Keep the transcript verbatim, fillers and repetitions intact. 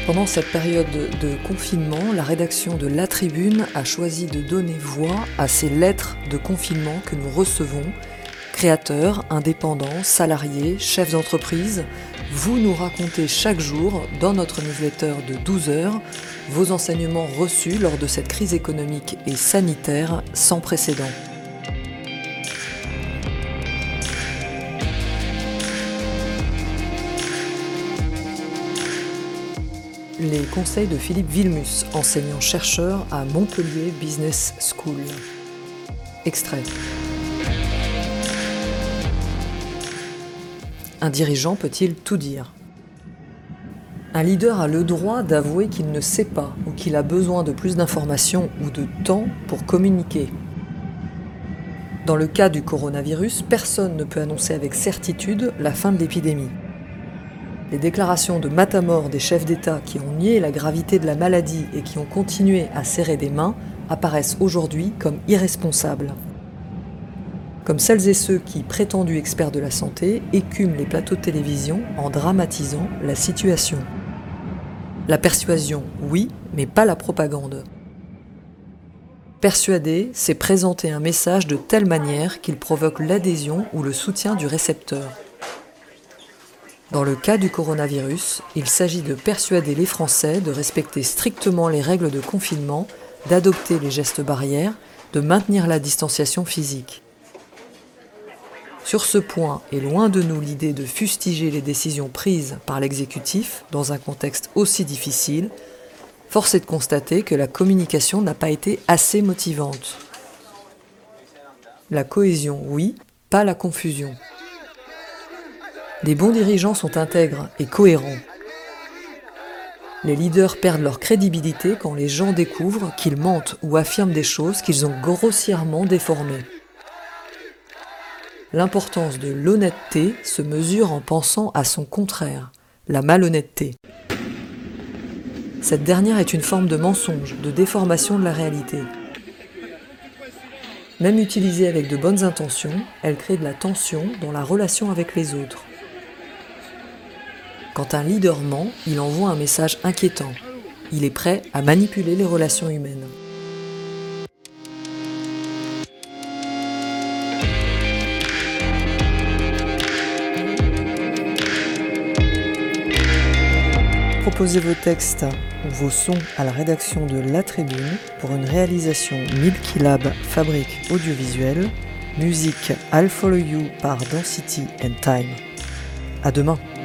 Pendant cette période de confinement, la rédaction de La Tribune a choisi de donner voix à ces lettres de confinement que nous recevons. Créateurs, indépendants, salariés, chefs d'entreprise, vous nous racontez chaque jour, dans notre newsletter de douze heures, vos enseignements reçus lors de cette crise économique et sanitaire sans précédent. Les conseils de Philippe Wilmus, enseignant-chercheur à Montpellier Business School. Extrait. Un dirigeant peut-il tout dire ? Un leader a le droit d'avouer qu'il ne sait pas ou qu'il a besoin de plus d'informations ou de temps pour communiquer. Dans le cas du coronavirus, personne ne peut annoncer avec certitude la fin de l'épidémie. Les déclarations de matamor des chefs d'État qui ont nié la gravité de la maladie et qui ont continué à serrer des mains apparaissent aujourd'hui comme irresponsables. Comme celles et ceux qui, prétendus experts de la santé, écument les plateaux de télévision en dramatisant la situation. La persuasion, oui, mais pas la propagande. Persuader, c'est présenter un message de telle manière qu'il provoque l'adhésion ou le soutien du récepteur. Dans le cas du coronavirus, il s'agit de persuader les Français de respecter strictement les règles de confinement, d'adopter les gestes barrières, de maintenir la distanciation physique. Sur ce point est loin de nous l'idée de fustiger les décisions prises par l'exécutif dans un contexte aussi difficile. Force est de constater que la communication n'a pas été assez motivante. La cohésion, oui, pas la confusion. Les bons dirigeants sont intègres et cohérents. Les leaders perdent leur crédibilité quand les gens découvrent qu'ils mentent ou affirment des choses qu'ils ont grossièrement déformées. L'importance de l'honnêteté se mesure en pensant à son contraire, la malhonnêteté. Cette dernière est une forme de mensonge, de déformation de la réalité. Même utilisée avec de bonnes intentions, elle crée de la tension dans la relation avec les autres. Quand un leader ment, il envoie un message inquiétant. Il est prêt à manipuler les relations humaines. Proposez vos textes ou vos sons à la rédaction de La Tribune pour une réalisation Milky Lab Fabrique audiovisuelle. Musique I'll Follow You par Density and Time. À demain.